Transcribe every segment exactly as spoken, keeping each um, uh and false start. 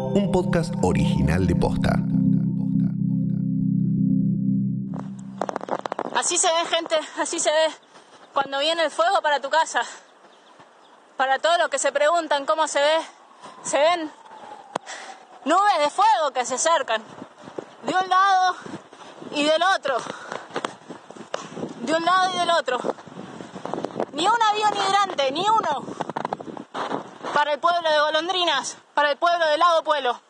un podcast original de Posta. Así se ve, gente, así se ve cuando viene el fuego para tu casa. Para todos los que se preguntan cómo se ve, se ven nubes de fuego que se acercan de un lado y del otro, de un lado y del otro. Ni un avión hidrante, ni uno, para el pueblo de Golondrinas, para el pueblo de Lago Puelo.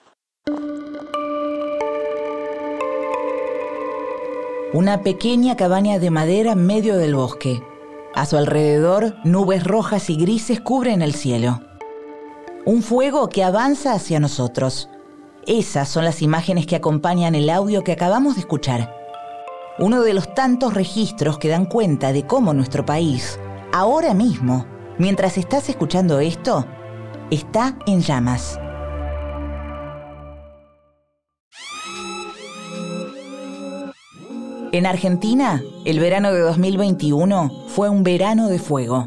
Una pequeña cabaña de madera en medio del bosque. A su alrededor, nubes rojas y grises cubren el cielo. Un fuego que avanza hacia nosotros. Esas son las imágenes que acompañan el audio que acabamos de escuchar. Uno de los tantos registros que dan cuenta de cómo nuestro país, ahora mismo, mientras estás escuchando esto, está en llamas. En Argentina, el verano de dos mil veintiuno fue un verano de fuego.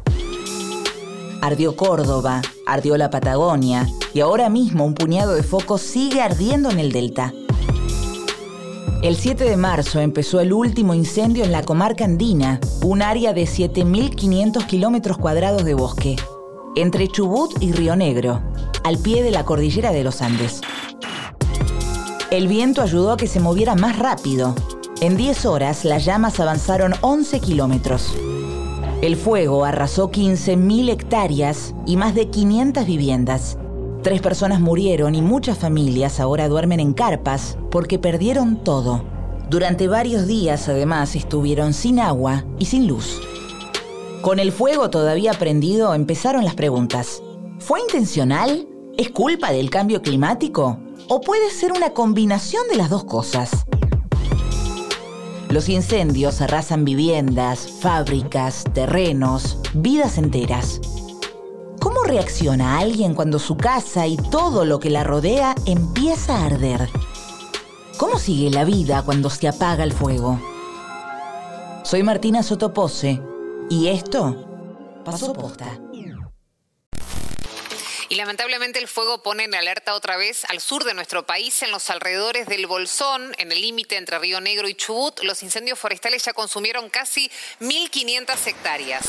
Ardió Córdoba, ardió la Patagonia y ahora mismo un puñado de focos sigue ardiendo en el delta. El siete de marzo empezó el último incendio en la comarca andina, un área de siete mil quinientos kilómetros cuadrados de bosque, entre Chubut y Río Negro, al pie de la cordillera de los Andes. El viento ayudó a que se moviera más rápido. En diez horas, las llamas avanzaron once kilómetros. El fuego arrasó quince mil hectáreas y más de quinientas viviendas. Tres personas murieron y muchas familias ahora duermen en carpas porque perdieron todo. Durante varios días, además, estuvieron sin agua y sin luz. Con el fuego todavía prendido, empezaron las preguntas. ¿Fue intencional? ¿Es culpa del cambio climático? ¿O puede ser una combinación de las dos cosas? Los incendios arrasan viviendas, fábricas, terrenos, vidas enteras. ¿Cómo reacciona alguien cuando su casa y todo lo que la rodea empieza a arder? ¿Cómo sigue la vida cuando se apaga el fuego? Soy Martina Sotopose y esto pasó posta. Y lamentablemente el fuego pone en alerta otra vez al sur de nuestro país, en los alrededores del Bolsón, en el límite entre Río Negro y Chubut. Los incendios forestales ya consumieron casi mil quinientas hectáreas.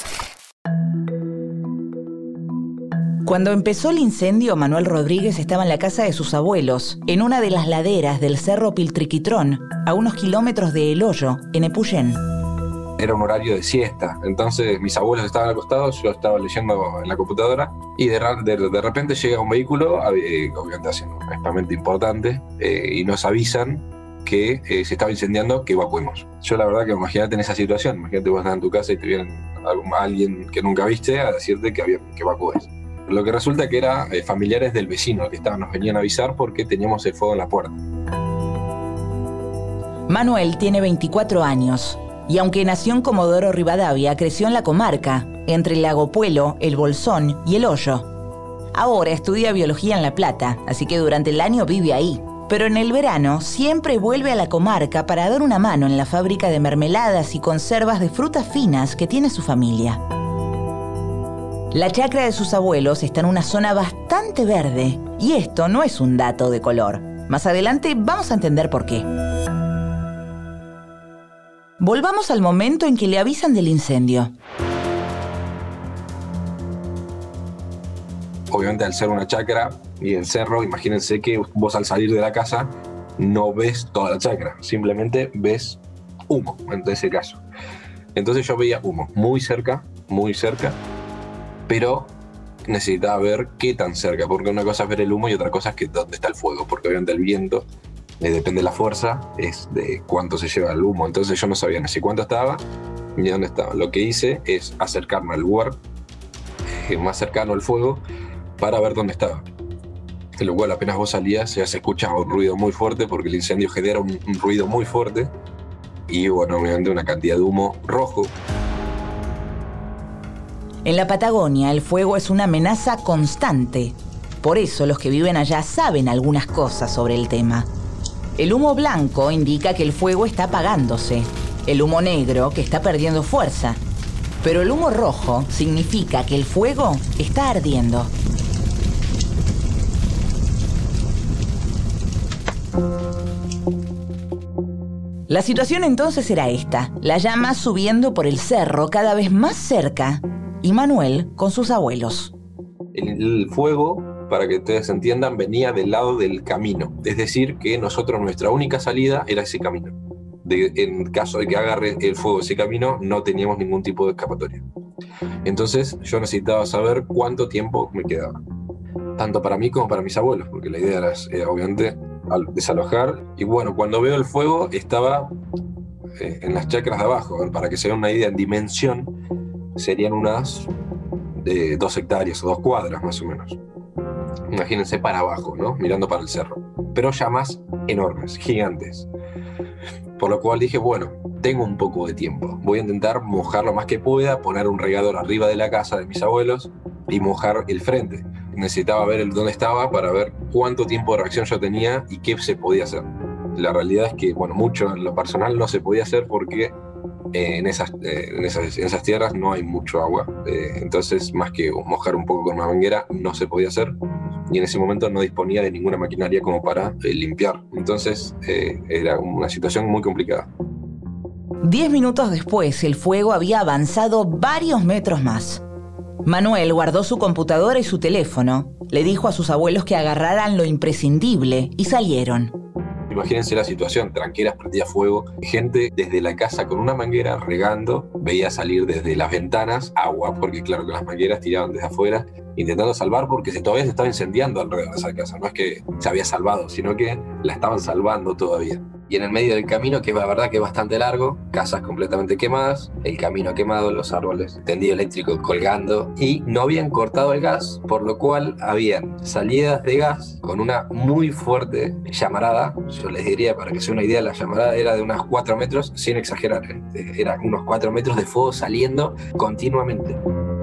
Cuando empezó el incendio, Manuel Rodríguez estaba en la casa de sus abuelos, en una de las laderas del Cerro Piltriquitrón, a unos kilómetros de El Hoyo, en Epuyén. Era un horario de siesta, entonces mis abuelos estaban acostados, yo estaba leyendo en la computadora y de, de, de repente llega un vehículo, eh, obviamente haciendo un espamento importante, eh, y nos avisan que eh, se estaba incendiando, que evacuemos. Yo la verdad que imagínate en esa situación, imagínate vos estás en tu casa y te viene alguien que nunca viste a decirte que había que evacúes. Lo que resulta que eran eh, familiares del vecino que estaban, nos venían a avisar porque teníamos el fuego en la puerta. Manuel tiene veinticuatro años. Y aunque nació en Comodoro Rivadavia, creció en la comarca, entre Lago Puelo, El Bolsón y El Hoyo. Ahora estudia biología en La Plata, así que durante el año vive ahí. Pero en el verano siempre vuelve a la comarca para dar una mano en la fábrica de mermeladas y conservas de frutas finas que tiene su familia. La chacra de sus abuelos está en una zona bastante verde, y esto no es un dato de color. Más adelante vamos a entender por qué. Volvamos al momento en que le avisan del incendio. Obviamente al ser una chacra y el cerro, imagínense que vos al salir de la casa no ves toda la chacra, simplemente ves humo en ese caso. Entonces yo veía humo muy cerca, muy cerca, pero necesitaba ver qué tan cerca, porque una cosa es ver el humo y otra cosa es que dónde está el fuego, porque obviamente el viento, eh, depende de la fuerza, es de cuánto se lleva el humo. Entonces yo no sabía ni si cuánto estaba ni dónde estaba. Lo que hice es acercarme al lugar eh, más cercano al fuego para ver dónde estaba. En lo cual apenas vos salías ya se escuchaba un ruido muy fuerte, porque el incendio genera un, un ruido muy fuerte y bueno, obviamente una cantidad de humo rojo. En la Patagonia el fuego es una amenaza constante. Por eso los que viven allá saben algunas cosas sobre el tema. El humo blanco indica que el fuego está apagándose. El humo negro que está perdiendo fuerza. Pero el humo rojo significa que el fuego está ardiendo. La situación entonces era esta: la llama subiendo por el cerro cada vez más cerca y Manuel con sus abuelos. El, el fuego, para que ustedes entiendan, venía del lado del camino. Es decir, que nosotros, nuestra única salida era ese camino. De, en caso de que agarre el fuego ese camino, no teníamos ningún tipo de escapatoria. Entonces yo necesitaba saber cuánto tiempo me quedaba, tanto para mí como para mis abuelos, porque la idea era, era obviamente desalojar. Y bueno, cuando veo el fuego estaba eh, en las chacras de abajo. Para que se den una idea en dimensión, serían unas eh, dos hectáreas o dos cuadras más o menos. Imagínense para abajo, ¿no? Mirando para el cerro. Pero llamas enormes, gigantes. Por lo cual dije, bueno, tengo un poco de tiempo. Voy a intentar mojar lo más que pueda, poner un regador arriba de la casa de mis abuelos y mojar el frente. Necesitaba ver el, dónde estaba para ver cuánto tiempo de reacción yo tenía y qué se podía hacer. La realidad es que, bueno, mucho en lo personal no se podía hacer porque eh, en, esas, eh, en, esas, en esas tierras no hay mucho agua. Eh, entonces, más que mojar un poco con una manguera, no se podía hacer. Y en ese momento no disponía de ninguna maquinaria como para eh, limpiar. Entonces eh, era una situación muy complicada. Diez minutos después, el fuego había avanzado varios metros más. Manuel guardó su computadora y su teléfono, le dijo a sus abuelos que agarraran lo imprescindible y salieron. Imagínense la situación, tranqueras prendía fuego, gente desde la casa con una manguera regando, veía salir desde las ventanas agua, porque claro que las mangueras tiraban desde afuera, intentando salvar porque se, todavía se estaba incendiando alrededor de esa casa. No es que se había salvado, sino que la estaban salvando todavía. Y en el medio del camino, que la verdad que es bastante largo, casas completamente quemadas, el camino quemado, los árboles, tendido eléctrico colgando, y no habían cortado el gas, por lo cual habían salidas de gas con una muy fuerte llamarada. Yo les diría, para que sea una idea, la llamarada era de unos cuatro metros, sin exagerar, ¿eh? Eran unos cuatro metros de fuego saliendo continuamente.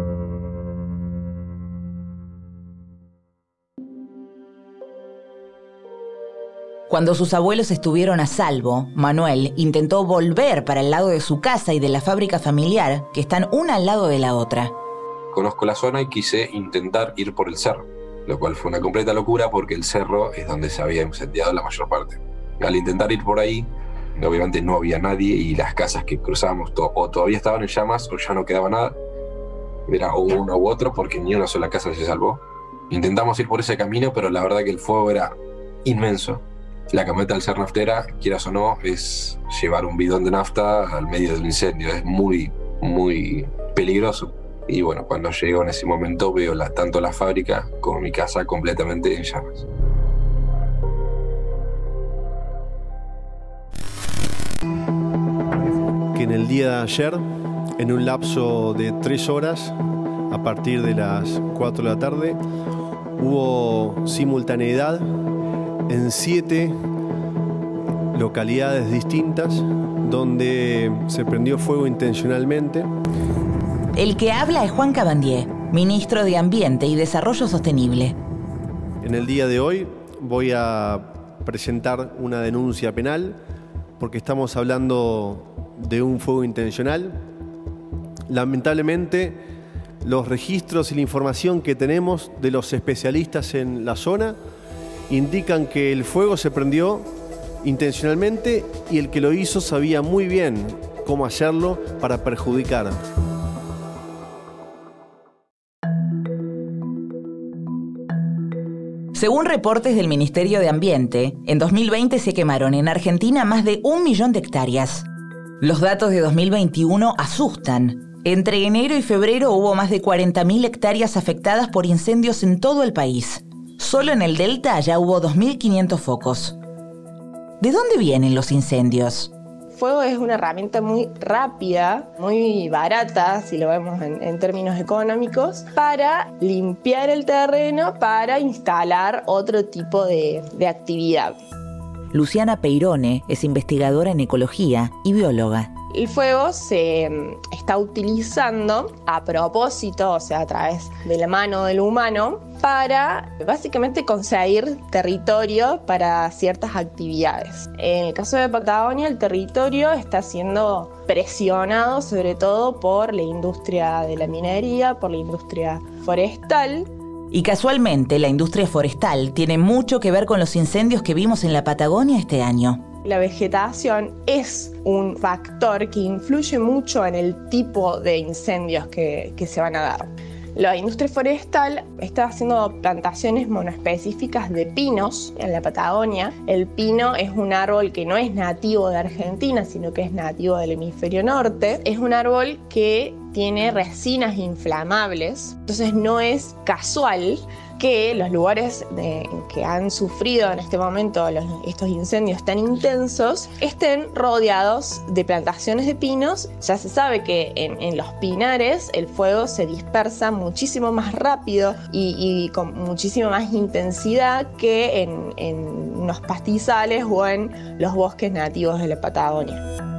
Cuando sus abuelos estuvieron a salvo, Manuel intentó volver para el lado de su casa y de la fábrica familiar, que están una al lado de la otra. Conozco la zona y quise intentar ir por el cerro, lo cual fue una completa locura porque el cerro es donde se había incendiado la mayor parte. Al intentar ir por ahí, obviamente no había nadie y las casas que cruzábamos to- o todavía estaban en llamas o ya no quedaba nada. Era uno u otro porque ni una sola casa se salvó. Intentamos ir por ese camino, pero la verdad que el fuego era inmenso. La camioneta al ser naftera, quieras o no, es llevar un bidón de nafta al medio del incendio. Es muy, muy peligroso. Y bueno, cuando llego en ese momento veo la, tanto la fábrica como mi casa completamente en llamas. Que en el día de ayer, en un lapso de tres horas, a partir de las cuatro de la tarde, hubo simultaneidad en siete localidades distintas donde se prendió fuego intencionalmente. El que habla es Juan Cabandier, ministro de Ambiente y Desarrollo Sostenible. En el día de hoy voy a presentar una denuncia penal porque estamos hablando de un fuego intencional. Lamentablemente, los registros y la información que tenemos de los especialistas en la zona indican que el fuego se prendió intencionalmente y el que lo hizo sabía muy bien cómo hacerlo para perjudicar. Según reportes del Ministerio de Ambiente, en dos mil veinte se quemaron en Argentina más de un millón de hectáreas. Los datos de dos mil veintiuno asustan. Entre enero y febrero hubo más de cuarenta mil hectáreas afectadas por incendios en todo el país. Solo en el Delta ya hubo dos mil quinientos focos. ¿De dónde vienen los incendios? Fuego es una herramienta muy rápida, muy barata, si lo vemos en, en términos económicos, para limpiar el terreno, para instalar otro tipo de, de actividad. Luciana Peirone es investigadora en ecología y bióloga. El fuego se está utilizando a propósito, o sea, a través de la mano del humano, para básicamente conseguir territorio para ciertas actividades. En el caso de Patagonia, el territorio está siendo presionado sobre todo por la industria de la minería, por la industria forestal, Y casualmente, la industria forestal tiene mucho que ver con los incendios que vimos en la Patagonia este año. La vegetación es un factor que influye mucho en el tipo de incendios que, que se van a dar. La industria forestal está haciendo plantaciones monoespecíficas de pinos en la Patagonia. El pino es un árbol que no es nativo de Argentina, sino que es nativo del hemisferio norte. Es un árbol que tiene resinas inflamables, entonces no es casual que los lugares de, que han sufrido en este momento los, estos incendios tan intensos estén rodeados de plantaciones de pinos. Ya se sabe que en, en los pinares el fuego se dispersa muchísimo más rápido y, y con muchísima más intensidad que en, en unos pastizales o en los bosques nativos de la Patagonia.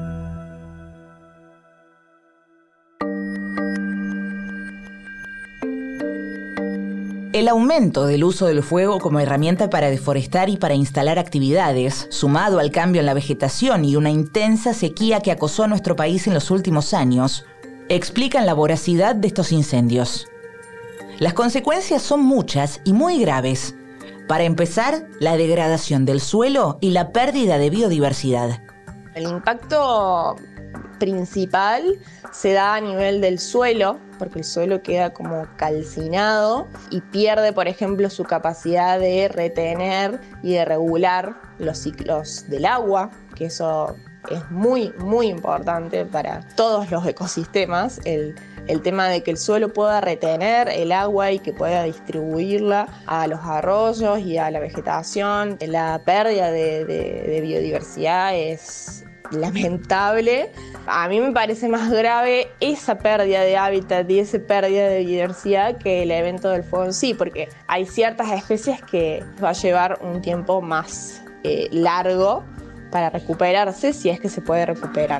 El aumento del uso del fuego como herramienta para deforestar y para instalar actividades, sumado al cambio en la vegetación y una intensa sequía que acosó a nuestro país en los últimos años, explican la voracidad de estos incendios. Las consecuencias son muchas y muy graves. Para empezar, la degradación del suelo y la pérdida de biodiversidad. El impacto principal se da a nivel del suelo, porque el suelo queda como calcinado y pierde, por ejemplo, su capacidad de retener y de regular los ciclos del agua, que eso es muy, muy importante para todos los ecosistemas. El, el tema de que el suelo pueda retener el agua y que pueda distribuirla a los arroyos y a la vegetación. La pérdida de, de, de biodiversidad es lamentable. A mí me parece más grave esa pérdida de hábitat y esa pérdida de biodiversidad que el evento del fuego en sí, porque hay ciertas especies que va a llevar un tiempo más eh, largo para recuperarse, si es que se puede recuperar.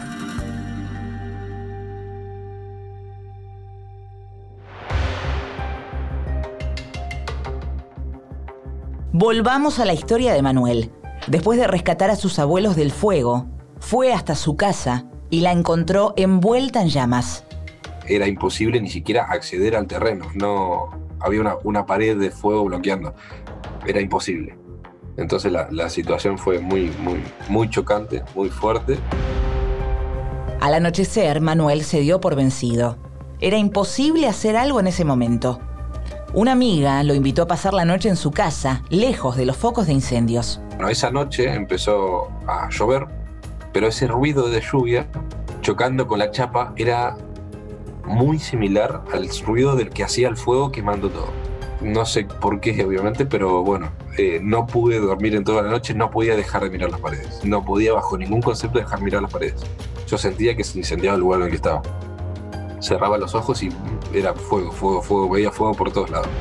Volvamos a la historia de Manuel. Después de rescatar a sus abuelos del fuego, fue hasta su casa y la encontró envuelta en llamas. Era imposible ni siquiera acceder al terreno. No había una, una pared de fuego bloqueando. Era imposible. Entonces la, la situación fue muy, muy, muy chocante, muy fuerte. Al anochecer, Manuel se dio por vencido. Era imposible hacer algo en ese momento. Una amiga lo invitó a pasar la noche en su casa, lejos de los focos de incendios. Bueno, esa noche empezó a llover, pero ese ruido de lluvia chocando con la chapa era muy similar al ruido del que hacía el fuego quemando todo. No sé por qué, obviamente, pero bueno, eh, no pude dormir en toda la noche, no podía dejar de mirar las paredes. No podía bajo ningún concepto dejar de mirar las paredes. Yo sentía que se incendiaba el lugar en el que estaba. Cerraba los ojos y era fuego, fuego, fuego, veía fuego por todos lados.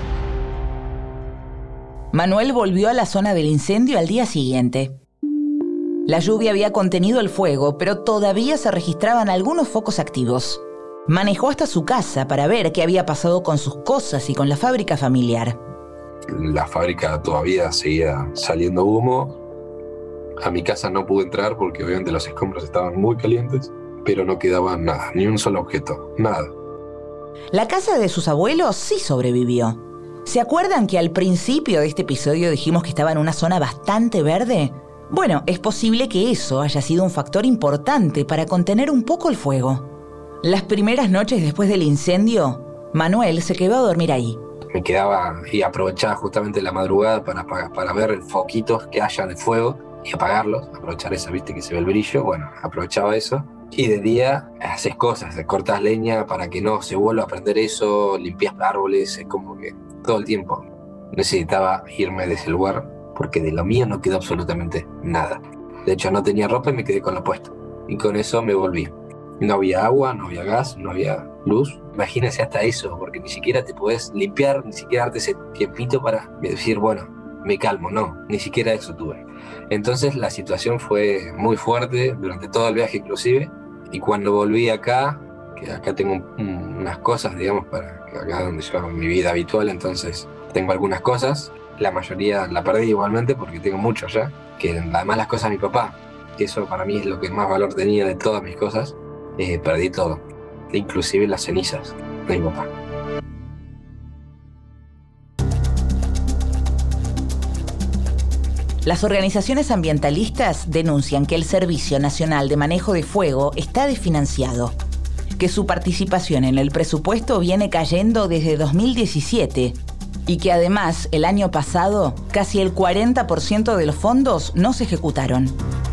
Manuel volvió a la zona del incendio al día siguiente. La lluvia había contenido el fuego, pero todavía se registraban algunos focos activos. Manejó hasta su casa para ver qué había pasado con sus cosas y con la fábrica familiar. La fábrica todavía seguía saliendo humo. A mi casa no pude entrar porque obviamente los escombros estaban muy calientes, pero no quedaba nada, ni un solo objeto, nada. La casa de sus abuelos sí sobrevivió. ¿Se acuerdan que al principio de este episodio dijimos que estaba en una zona bastante verde? Bueno, es posible que eso haya sido un factor importante para contener un poco el fuego. Las primeras noches después del incendio, Manuel se quedó a dormir ahí. Me quedaba y aprovechaba justamente la madrugada para, para, para ver foquitos que haya de fuego y apagarlos, aprovechar esa, viste que se ve el brillo, bueno, aprovechaba eso. Y de día haces cosas, cortas leña para que no se vuelva a prender eso, limpias árboles, es como que todo el tiempo necesitaba irme de ese lugar porque de lo mío no quedó absolutamente nada. De hecho no tenía ropa y me quedé con lo puesto. Y con eso me volví. No había agua, no había gas, no había luz. Imagínense hasta eso, porque ni siquiera te podés limpiar, ni siquiera darte ese tiempito para decir, bueno, me calmo. No, ni siquiera eso tuve. Entonces la situación fue muy fuerte durante todo el viaje inclusive. Y cuando volví acá, que acá tengo un, unas cosas, digamos, para que acá es donde yo hago mi vida habitual, entonces tengo algunas cosas. La mayoría la perdí igualmente porque tengo mucho allá, que además las cosas de mi papá, que eso para mí es lo que más valor tenía de todas mis cosas, eh, perdí todo, inclusive las cenizas de mi papá. Las organizaciones ambientalistas denuncian que el Servicio Nacional de Manejo de Fuego está desfinanciado, que su participación en el presupuesto viene cayendo desde dos mil diecisiete y que además el año pasado casi el cuarenta por ciento de los fondos no se ejecutaron.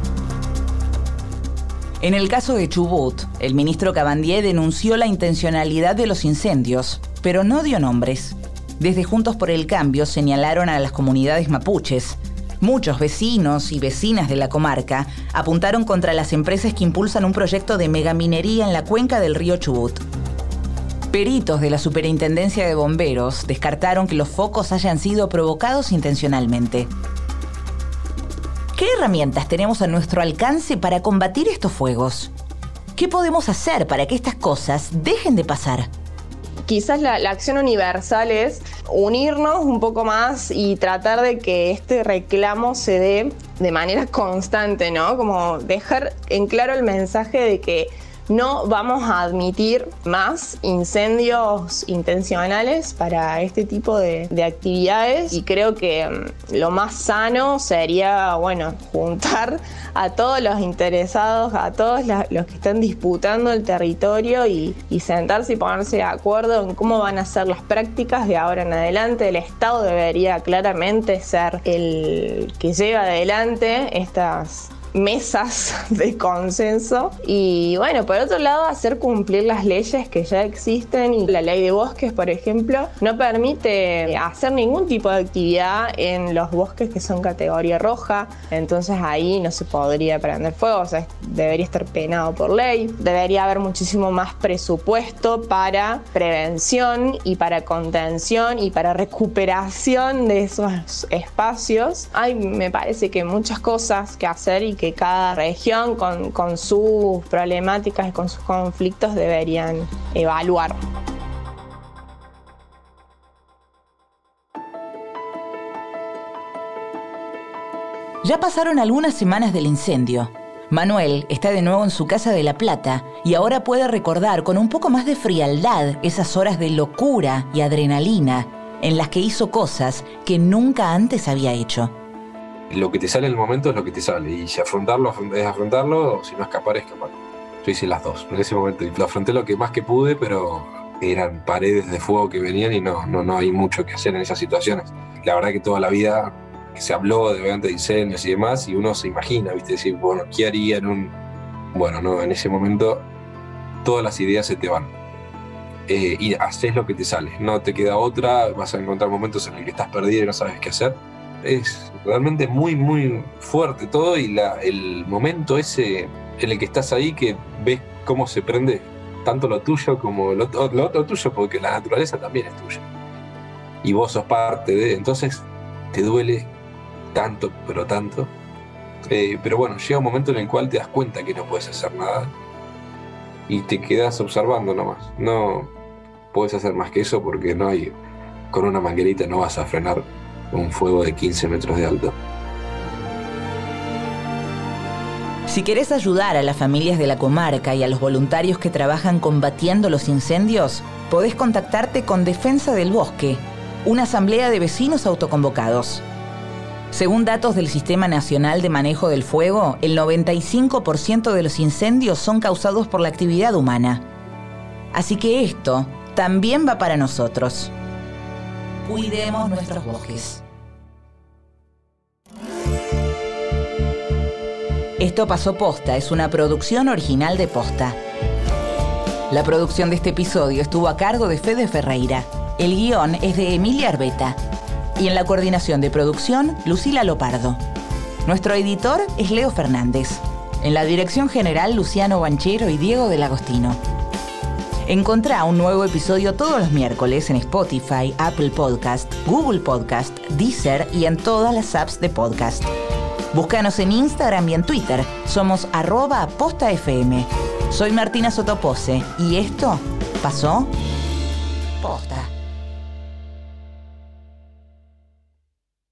En el caso de Chubut, el ministro Cabandier denunció la intencionalidad de los incendios, pero no dio nombres. Desde Juntos por el Cambio señalaron a las comunidades mapuches. Muchos vecinos y vecinas de la comarca apuntaron contra las empresas que impulsan un proyecto de megaminería en la cuenca del río Chubut. Peritos de la Superintendencia de Bomberos descartaron que los focos hayan sido provocados intencionalmente. ¿Qué herramientas tenemos a nuestro alcance para combatir estos fuegos? ¿Qué podemos hacer para que estas cosas dejen de pasar? Quizás la, la acción universal es unirnos un poco más y tratar de que este reclamo se dé de manera constante, ¿no? Como dejar en claro el mensaje de que no vamos a admitir más incendios intencionales para este tipo de, de actividades, y creo que um, lo más sano sería, bueno, juntar a todos los interesados, a todos la, los que están disputando el territorio y, y sentarse y ponerse de acuerdo en cómo van a ser las prácticas de ahora en adelante. El Estado debería claramente ser el que lleva adelante estas mesas de consenso y, bueno, por otro lado, hacer cumplir las leyes que ya existen. Y la ley de bosques, por ejemplo, no permite hacer ningún tipo de actividad en los bosques que son categoría roja, entonces ahí no se podría prender fuego, o sea, debería estar penado por ley. Debería haber muchísimo más presupuesto para prevención y para contención y para recuperación de esos espacios. Hay, me parece que muchas cosas que hacer y que cada región con, con sus problemáticas y con sus conflictos deberían evaluar. Ya pasaron algunas semanas del incendio. Manuel está de nuevo en su casa de La Plata y ahora puede recordar con un poco más de frialdad esas horas de locura y adrenalina en las que hizo cosas que nunca antes había hecho. Lo que te sale en el momento es lo que te sale, y si afrontarlo es afrontarlo, o si no escapar es escapar. Yo hice las dos en ese momento y lo afronté lo que más que pude, pero eran paredes de fuego que venían y no, no, no hay mucho que hacer en esas situaciones. La verdad que toda la vida que se habló de, de incendios y demás, y uno se imagina, ¿viste? Decir, bueno, ¿qué haría en un...? Bueno, no, en ese momento todas las ideas se te van. Eh, y haces lo que te sale, no te queda otra, vas a encontrar momentos en los que estás perdido y no sabes qué hacer. Es realmente muy, muy fuerte todo, y la, el momento ese en el que estás ahí, que ves cómo se prende tanto lo tuyo como lo, lo otro tuyo, porque la naturaleza también es tuya. Y vos sos parte de... Entonces te duele tanto, pero tanto. Eh, pero bueno, llega un momento en el cual te das cuenta que no puedes hacer nada y te quedas observando nomás. No puedes hacer más que eso, porque no hay... Con una manguerita no vas a frenar un fuego de quince metros de alto. Si querés ayudar a las familias de la comarca y a los voluntarios que trabajan combatiendo los incendios, podés contactarte con Defensa del Bosque, una asamblea de vecinos autoconvocados. Según datos del Sistema Nacional de Manejo del Fuego, el noventa y cinco por ciento de los incendios son causados por la actividad humana. Así que esto también va para nosotros. Cuidemos nuestros bosques. Esto Pasó Posta es una producción original de Posta. La producción de este episodio estuvo a cargo de Fede Ferreira. El guión es de Emilia Arbeta. Y en la coordinación de producción, Lucila Lopardo. Nuestro editor es Leo Fernández. En la dirección general, Luciano Banchero y Diego del Agostino. Encontrá un nuevo episodio todos los miércoles en Spotify, Apple Podcast, Google Podcast, Deezer y en todas las apps de podcast. Búscanos en Instagram y en Twitter. Somos arroba postafm. Soy Martina Sotopose y esto pasó Posta.